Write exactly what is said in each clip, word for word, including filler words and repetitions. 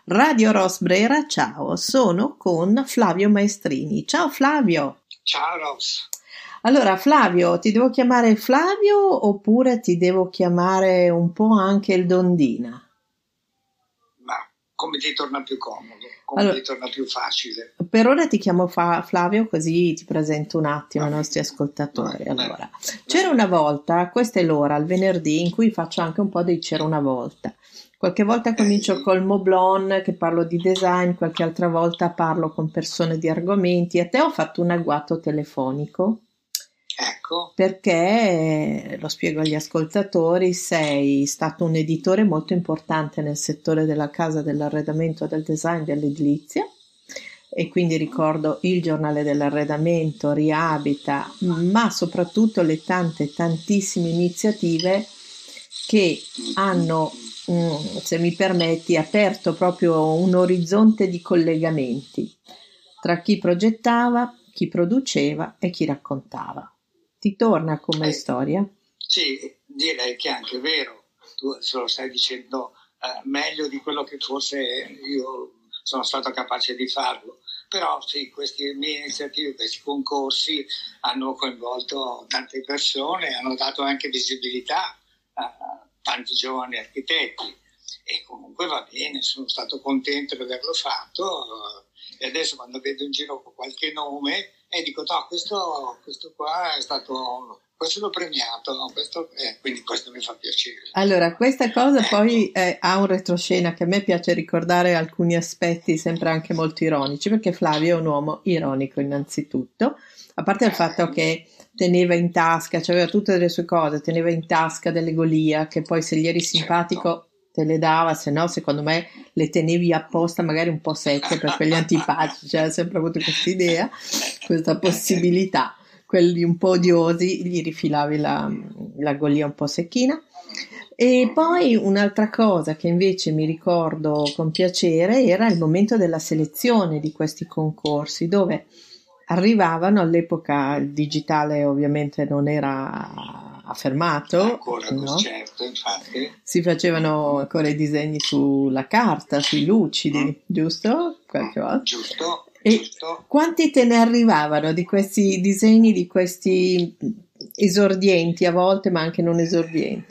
Radio Ros Brera, ciao, sono con Flavio Maestrini. Ciao Flavio. Ciao Ros. Allora Flavio, ti devo chiamare Flavio oppure ti devo chiamare un po' anche il Dondina? Ma come ti torna più comodo, come Allora, ti torna più facile. per ora ti chiamo Fa- Flavio, così ti presento un attimo Va ai bene, nostri ascoltatori. va bene, Allora, va c'era bene. una volta, questa è l'ora, il venerdì, in cui faccio anche un po' di c'era una volta. Qualche volta comincio Ok, col Moblon che parlo di design, qualche altra volta parlo con persone di argomenti. A te ho fatto un agguato telefonico ecco, perché, lo spiego agli ascoltatori, sei stato un editore molto importante nel settore della casa, dell'arredamento, del design, dell'edilizia e quindi ricordo il giornale dell'arredamento, Riabita, ma soprattutto le tante, tantissime iniziative che hanno, mm, se mi permetti, aperto proprio un orizzonte di collegamenti tra chi progettava, chi produceva e chi raccontava. Ti torna come eh, storia? sì, direi che è anche vero, tu se lo stai dicendo eh, meglio di quello che forse io sono stato capace di farlo, però sì, queste mie iniziative, questi concorsi hanno coinvolto tante persone, hanno dato anche visibilità a tanti giovani architetti e comunque va bene, sono stato contento di averlo fatto eh, e adesso quando vedo in giro qualche nome e dico no, questo, questo qua è stato, questo l'ho premiato, no? Questo, eh, quindi questo mi fa piacere. Allora, questa cosa poi Ecco, eh, ha un retroscena che a me piace ricordare alcuni aspetti sempre anche molto ironici, perché Flavio è un uomo ironico innanzitutto, a parte il fatto eh, che teneva in tasca, cioè aveva tutte le sue cose, teneva in tasca delle Golia che poi se gli eri certo. simpatico te le dava, se no secondo me le tenevi apposta magari un po' secche per quelli antipatici, cioè ha sempre avuto questa idea, questa possibilità. Quelli un po' odiosi gli rifilavi la, la Golia un po' secchina. E poi un'altra cosa che invece mi ricordo con piacere era il momento della selezione di questi concorsi, dove arrivavano all'epoca il digitale ovviamente non era affermato, Ancora così, no? certo, infatti. Si facevano ancora i disegni sulla carta, sui Mm, lucidi, giusto? mm, Qualche volta. giusto, E giusto. quanti te ne arrivavano di questi disegni, di questi esordienti a volte, ma anche non esordienti?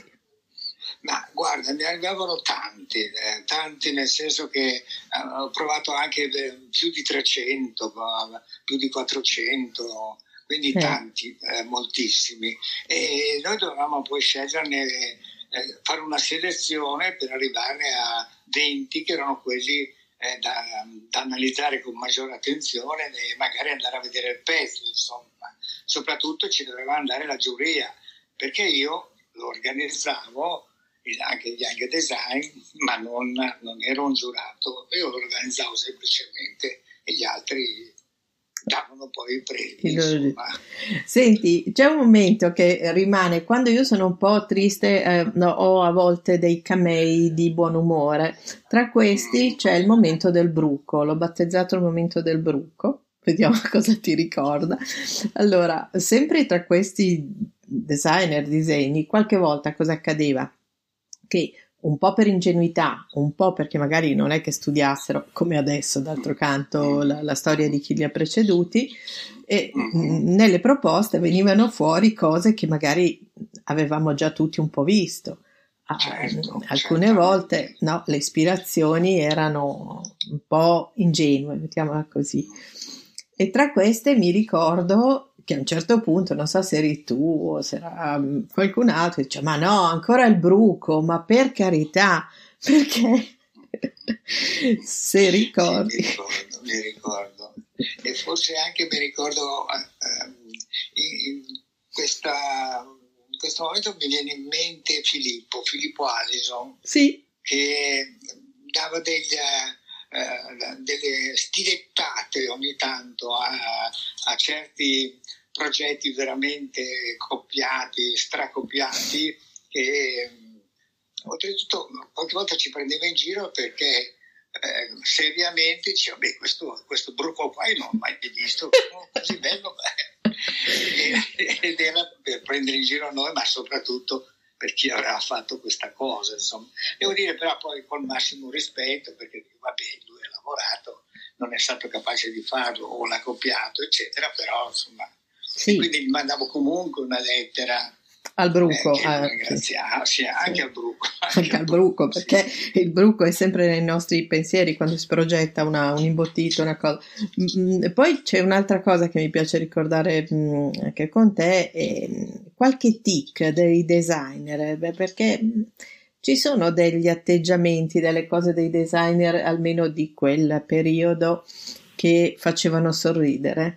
Ma guarda, ne arrivavano tanti, eh, tanti nel senso che eh, ho provato anche eh, più di trecento, ma più di quattrocento, quindi Eh, tanti, eh, moltissimi. E noi dovevamo poi sceglierne, eh, fare una selezione per arrivare a venti che erano quelli eh, da, da analizzare con maggiore attenzione e magari andare a vedere il pezzo, insomma. Soprattutto ci doveva andare la giuria, perché io lo organizzavo anche gli Young Design, ma non, non ero un giurato, io lo organizzavo semplicemente e gli altri davano poi i premi, insomma. Senti, c'è un momento che rimane quando io sono un po' triste, eh, no, ho a volte dei camei di buon umore. Tra questi c'è il momento del bruco, l'ho battezzato il momento del bruco. Vediamo cosa ti ricorda. Allora, sempre tra questi designer, disegni, qualche volta cosa accadeva? Che un po' per ingenuità, un po' perché magari non è che studiassero, come adesso, d'altro canto, la, la storia di chi li ha preceduti, e mh, nelle proposte venivano fuori cose che magari avevamo già tutti un po' visto. Ah, Certo, alcune volte certamente. no, le ispirazioni erano un po' ingenue, mettiamola così. E tra queste mi ricordo che a un certo punto, non so se eri tu o se era mm, qualcun altro, dice, ma no, ancora il bruco, ma per carità, perché se Sì, mi ricordi. ricordo, mi ricordo. E forse anche mi ricordo eh, in, in questa, in questo momento mi viene in mente Filippo, Filippo Alison, Sì, che dava degli, eh, delle stilettate ogni tanto a, a certi progetti veramente copiati, stracopiati, che oltretutto qualche volta ci prendeva in giro perché eh, seriamente diceva, beh, questo, questo bruco qua io non l'ho mai visto, così bello, beh. Ed era per prendere in giro noi, ma soprattutto per chi aveva fatto questa cosa, insomma. Devo dire però poi col massimo rispetto, perché vabbè, lui ha lavorato, non è stato capace di farlo o l'ha copiato, eccetera, però insomma, sì. E quindi gli mandavo comunque una lettera al bruco, eh, che eh, ringraziava, sì, anche sì. al bruco, anche, anche al al bruco, bruco, perché sì. il bruco è sempre nei nostri pensieri quando si progetta una, un imbottito, una cosa. Mm, poi c'è un'altra cosa che mi piace ricordare mm, anche con te, è qualche tic dei designer, beh, perché mm, ci sono degli atteggiamenti, delle cose dei designer, almeno di quel periodo, che facevano sorridere.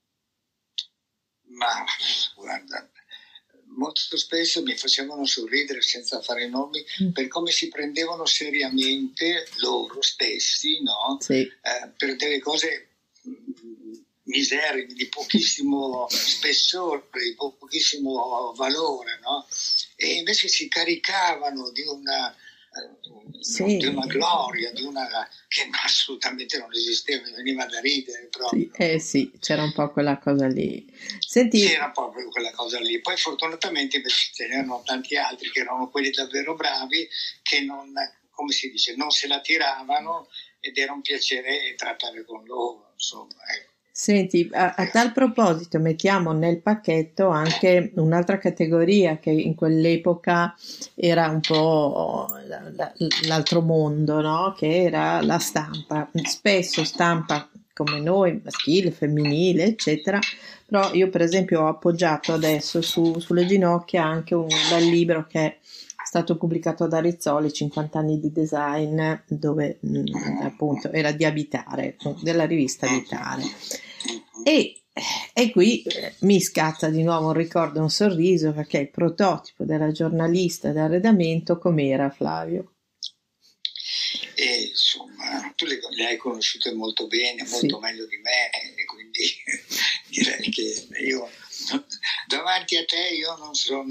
Ma guarda, molto spesso mi facevano sorridere, senza fare nomi, Mm. per come si prendevano seriamente loro stessi, no? Sì. Eh, per delle cose mm, miserie, di pochissimo spessore, di pochissimo valore, no? E invece si caricavano di una, eh, Sì. di una gloria, di una che assolutamente non esisteva, mi veniva da ridere proprio. Sì, eh sì, c'era un po' quella cosa lì. Senti, C'era proprio quella cosa lì. Poi fortunatamente invece ce n'erano tanti altri che erano quelli davvero bravi, che non, come si dice, non se la tiravano, ed era un piacere trattare con loro, insomma. Ecco. senti, a, a tal proposito mettiamo nel pacchetto anche un'altra categoria che in quell'epoca era un po' la- la- l'altro mondo, no? Che era la stampa. Spesso stampa come noi, maschile, femminile, eccetera. Però io per esempio ho appoggiato adesso su- sulle ginocchia anche un bel libro che è stato pubblicato da Rizzoli, cinquanta anni di design, dove mh, appunto era di Abitare, della rivista Abitare. E, e qui eh, mi scatta di nuovo un ricordo, un sorriso, perché il prototipo della giornalista d'arredamento com'era, Flavio? E insomma, tu le, le hai conosciute molto bene, molto Sì. meglio di me, e quindi direi che io davanti a te io non sono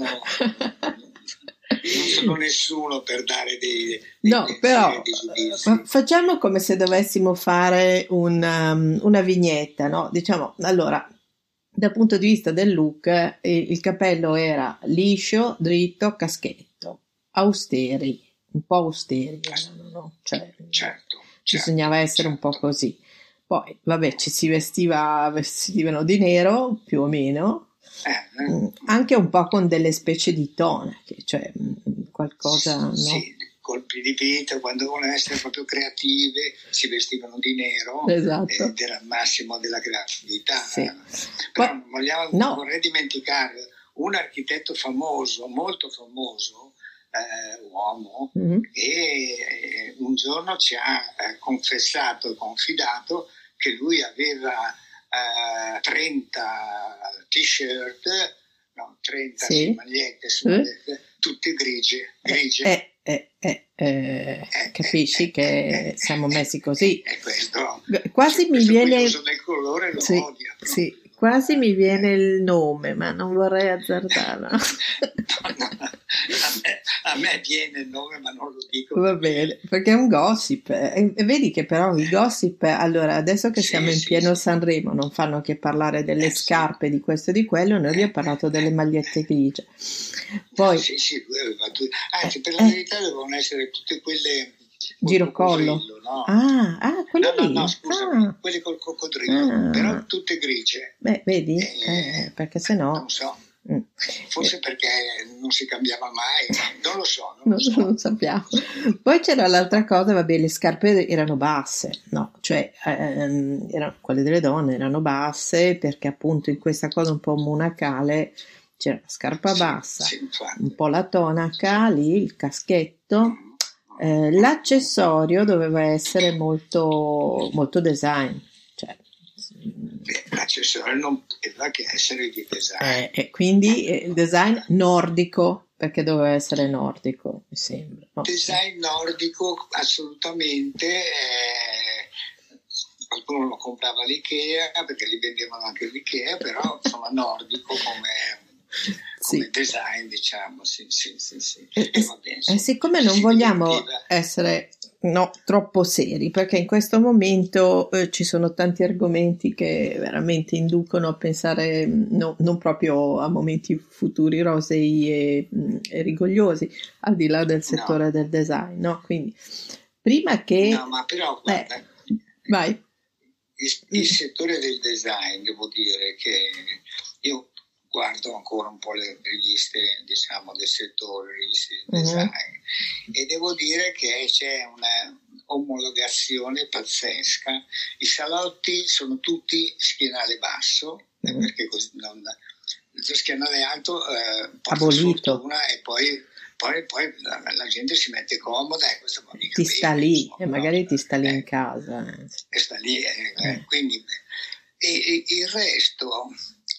non sono nessuno per dare dei, dei No, pensieri, però dei giudizi. fa- facciamo come se dovessimo fare un, um, una vignetta, no? Diciamo, allora, dal punto di vista del look, eh, il capello era liscio, dritto, caschetto, austeri, un po' austeri erano, no? Cioè, Certo, bisognava certo, essere un po' certo. così. Poi, vabbè, ci si vestiva, vestivano di nero, più o meno, Eh, eh. mm, anche un po' con delle specie di tonache, cioè mm, qualcosa, no? Sì, colpi di vita, quando volevano essere proprio creative si vestivano di nero, Esatto. ed era il massimo della creatività. Sì. Però Poi- non vogliamo, no. non vorrei dimenticare un architetto famoso, molto famoso, eh, uomo, Mhm. e eh, un giorno ci ha eh, confessato e confidato che lui aveva eh, trenta t-shirt, no, trenta Sì. sì, magliette, insomma, Eh? tutte grigie, grigie. Eh, eh, eh, eh, capisci che siamo messi così. E questo, Quasi cioè, mi questo qui viene, l'uso del colore lo sì, odia proprio. sì, quasi mi viene il nome, ma non vorrei azzardarlo. No, no, a, me, a me viene il nome, ma non lo dico. Va bene, perché è un gossip. E, e vedi che però i gossip, allora adesso che Sì, siamo in sì, pieno sì. Sanremo, non fanno che parlare delle Eh, sì. scarpe, di questo e di quello, noi abbiamo parlato delle magliette grigie. Poi, Sì, sì, lui aveva tu- anzi, per la eh. verità devono essere tutte quelle col Girocollo. coccodrillo, no? Ah, ah, quelli No, no, lì. no, scusami, Ah. quelle col coccodrillo, Ah. però tutte grigie. Beh, vedi? Eh, Eh, perché se no... Non so, Mm. forse perché non si cambiava mai, non lo so, non Non, lo so. non sappiamo. Poi c'era l'altra cosa, vabbè, le scarpe erano basse, no, cioè ehm, erano, quelle delle donne erano basse perché appunto in questa cosa un po' monacale c'era la scarpa Sì, bassa, sì, infatti. un po' la tonaca lì, il caschetto, eh, l'accessorio doveva essere molto, molto design, cioè, Beh, l'accessorio non poteva che essere di design. eh, e quindi eh, il design nordico, perché doveva essere nordico, mi sembra. No? Design nordico, assolutamente. Eh, qualcuno lo comprava all'IKEA, perché li vendevano anche all'IKEA, però insomma nordico come, come Sì. design, diciamo. Sì, sì, sì, sì. E, E va bene, e insomma, siccome ci non si vogliamo divertiva. essere no, troppo seri, perché in questo momento eh, ci sono tanti argomenti che veramente inducono a pensare no, non proprio a momenti futuri rosei e, e rigogliosi, al di là del settore No, del design, no? Quindi prima che... no, ma però Eh, guarda, vai. il, il settore del design, devo dire che io guardo ancora un po' le riviste, diciamo, del settore, le riviste del Mhm. design, e devo dire che c'è una omologazione pazzesca. I salotti sono tutti schienale basso, eh, Mhm. perché così non, lo schienale alto eh, porta Abolito. sfortuna, e poi, poi, poi la, la gente si mette comoda e questo va mica Ti sta bene, lì insomma, e no? magari ti sta lì in Eh, casa. e sta lì, eh, eh, Eh. quindi e, e il resto,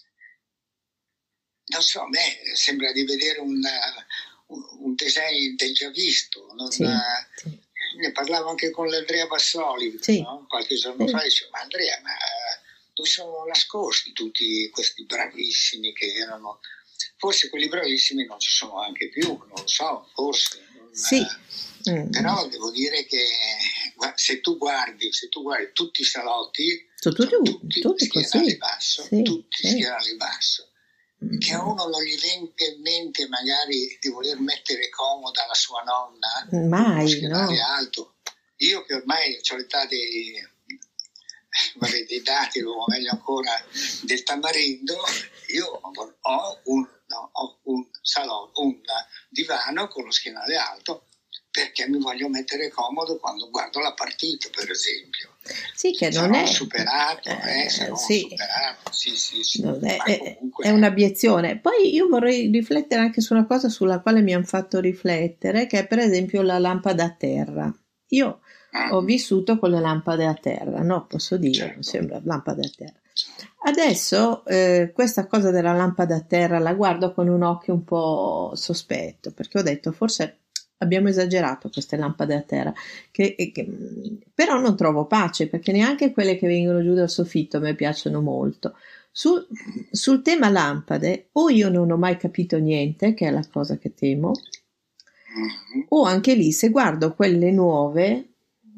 non so, a me sembra di vedere un, un, un design del già visto. Non, Sì, sì, ne parlavo anche con l'Andrea Bassoli, sì, no? Qualche giorno sì. fa, e dicevo, ma Andrea, ma dove sono nascosti tutti questi bravissimi che erano? Forse quelli bravissimi non ci sono anche più, non lo so, forse. Non, Sì. Mm. Però devo dire che gua- se tu guardi, se tu guardi tutti i salotti, Sono tutti, sono tutti tutti schienale così. basso, Sì, tutti sì. schienale basso. Che a Mm. uno non gli venga in mente magari di voler mettere comoda la sua nonna con uno Mai, schienale no. alto. Io che ormai ho l'età dei, vabbè, dei dati, o meglio ancora del tamarindo, io ho un, no, ho un salotto, un divano con lo schienale alto, perché mi voglio mettere comodo quando guardo la partita, per esempio. Sì, che non Sarò è... superato, eh, eh, sarò sì. superato, sì, sì, sì. Non è, Ma è, comunque è un'obiezione. Poi io vorrei riflettere anche su una cosa sulla quale mi hanno fatto riflettere, che è per esempio la lampada a terra. Io ho mm, vissuto con le lampade a terra, no? Posso dire, certo, sembra lampade a terra. certo. Adesso eh, questa cosa della lampada a terra la guardo con un occhio un po' sospetto, perché ho detto forse abbiamo esagerato queste lampade a terra, che, che, però non trovo pace, perché neanche quelle che vengono giù dal soffitto a me piacciono molto. Sul, sul tema lampade, o io non ho mai capito niente, che è la cosa che temo, Mm-hmm. o anche lì se guardo quelle nuove,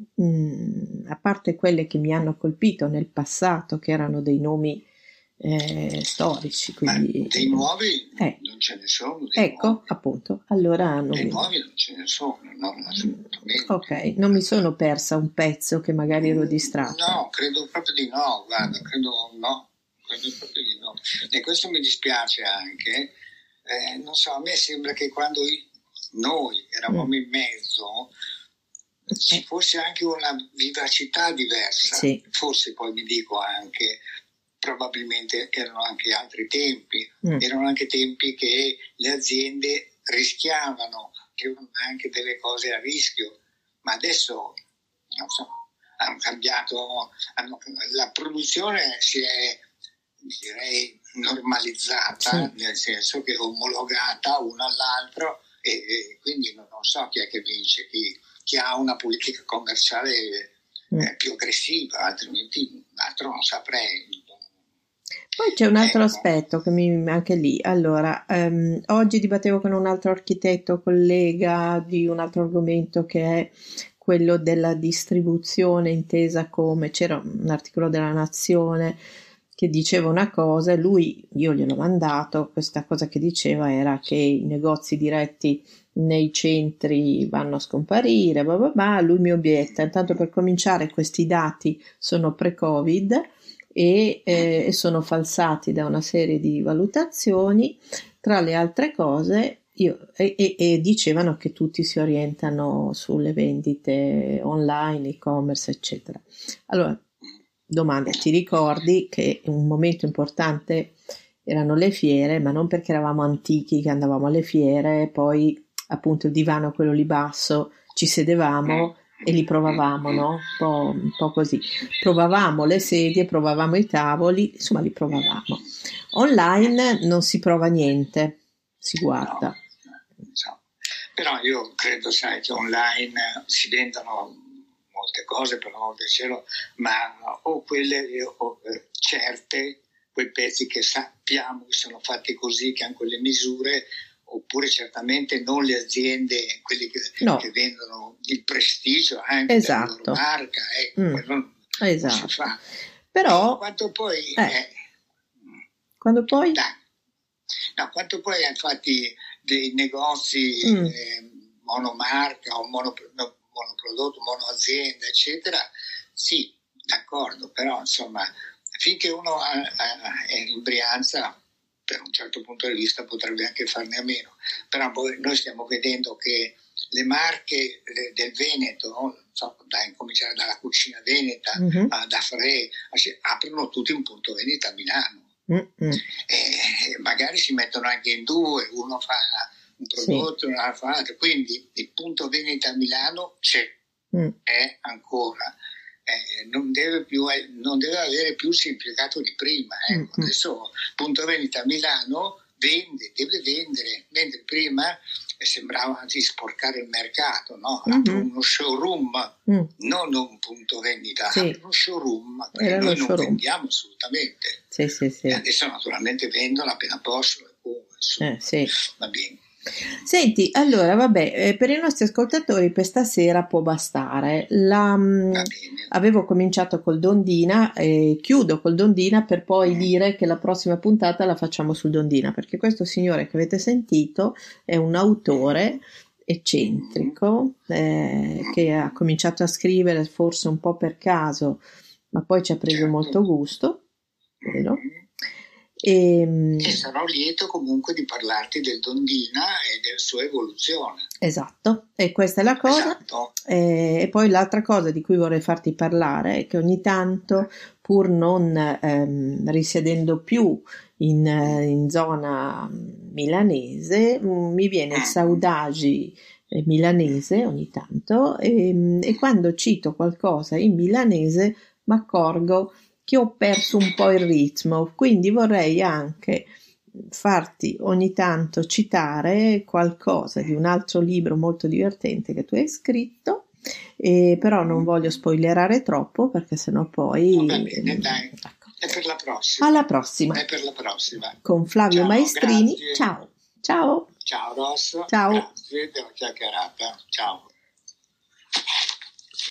mh, a parte quelle che mi hanno colpito nel passato, che erano dei nomi eh, storici, Ma quindi dei nuovi eh, non ce ne sono, dei ecco, nuovi. appunto, allora non Dei mi... nuovi non ce ne sono, no, assolutamente. Ok, non mi sono persa un pezzo che magari ero distratta. No, credo proprio di no, guarda, credo no, credo proprio di no. E questo mi dispiace anche, eh, non so, a me sembra che quando noi eravamo Mm. in mezzo ci fosse anche una vivacità diversa, Sì. forse poi mi dico anche, probabilmente erano anche altri tempi, Mm. erano anche tempi che le aziende rischiavano, avevano anche delle cose a rischio, ma adesso, non so, hanno cambiato, hanno, la produzione si è, direi, normalizzata, Sì. nel senso che è omologata uno all'altro, e, e quindi non, non so chi è che vince, chi, chi ha una politica commerciale eh, più aggressiva, altrimenti altro non saprei. Poi c'è un altro Ecco. aspetto che mi anche lì. Allora, ehm, oggi dibattevo con un altro architetto collega di un altro argomento che è quello della distribuzione intesa come c'era un articolo della Nazione che diceva una cosa e lui, io gliel'ho mandato, questa cosa che diceva era che i negozi diretti nei centri vanno a scomparire, blah blah blah. Lui mi obietta, intanto per cominciare questi dati sono pre-Covid e eh, sono falsati da una serie di valutazioni, tra le altre cose. Io, e, e, e dicevano che tutti si orientano sulle vendite online, e-commerce, eccetera. Allora, domanda, ti ricordi che un momento importante erano le fiere, ma non perché eravamo antichi che andavamo alle fiere, poi appunto il divano, quello lì basso, ci sedevamo e li provavamo, no? Un po', un po' così. Provavamo le sedie, provavamo i tavoli, insomma li provavamo. Online non si prova niente, si guarda. No, no. Però io credo, sai, che online si vendono molte cose, per l'amor del cielo, ma o quelle o, eh, certe, quei pezzi che sappiamo che sono fatti così, che hanno quelle misure, oppure certamente non le aziende, quelli che, no. che vendono il prestigio anche esatto. della loro marca, ecco, mm. quello esatto. non si fa. Però, e quanto poi... eh, eh, quando poi? Dai, no, quanto poi infatti dei negozi mm. eh, monomarca o mono, no, monoprodotto, monoazienda, eccetera, sì, d'accordo, però insomma, finché uno ha, ha, è in Brianza, per un certo punto di vista potrebbe anche farne a meno, però poi noi stiamo vedendo che le marche del Veneto, so, da incominciare dalla cucina veneta, mm-hmm. a, da Fré, aprono tutti un punto vendita a Milano. Mm-hmm. E magari si mettono anche in due, uno fa un prodotto, sì. uno fa l'altro, quindi il punto vendita a Milano c'è, mm. è ancora, eh, non, deve più, non deve avere più il significato di prima, ecco. mm-hmm. Adesso punto vendita a Milano vende, deve vendere, mentre prima sembrava anzi sporcare il mercato, no? Mm-hmm. Apro uno showroom, mm. non un punto vendita, sì. Apro uno showroom, perché Era noi non showroom. vendiamo assolutamente. Sì, sì, sì. E adesso naturalmente vendono appena possono, insomma, eh, sì. va bene. Senti, allora vabbè, eh, per i nostri ascoltatori per stasera può bastare. La, mh, avevo cominciato col Dondina e chiudo col Dondina per poi mm. dire che la prossima puntata la facciamo sul Dondina, perché questo signore che avete sentito è un autore eccentrico eh, che ha cominciato a scrivere forse un po' per caso, ma poi ci ha preso certo. molto gusto, credo. E, e sarò lieto comunque di parlarti del Dondina e della sua evoluzione. Esatto, e questa è la cosa. Esatto. E, e poi l'altra cosa di cui vorrei farti parlare è che ogni tanto, pur non ehm, risiedendo più in, in zona milanese, mi viene il saudagi milanese ogni tanto e, e quando cito qualcosa in milanese mi accorgo che ho perso un po' il ritmo, quindi vorrei anche farti ogni tanto citare qualcosa di un altro libro molto divertente che tu hai scritto, eh, però non voglio spoilerare troppo perché sennò poi... Va bene, dai, ecco. È per la prossima. Alla prossima. È per la prossima. Con Flavio Ciao, Maestrini. Grazie. Ciao. Ciao. Ciao Ross. Ciao. Grazie della chiacchierata. Ciao.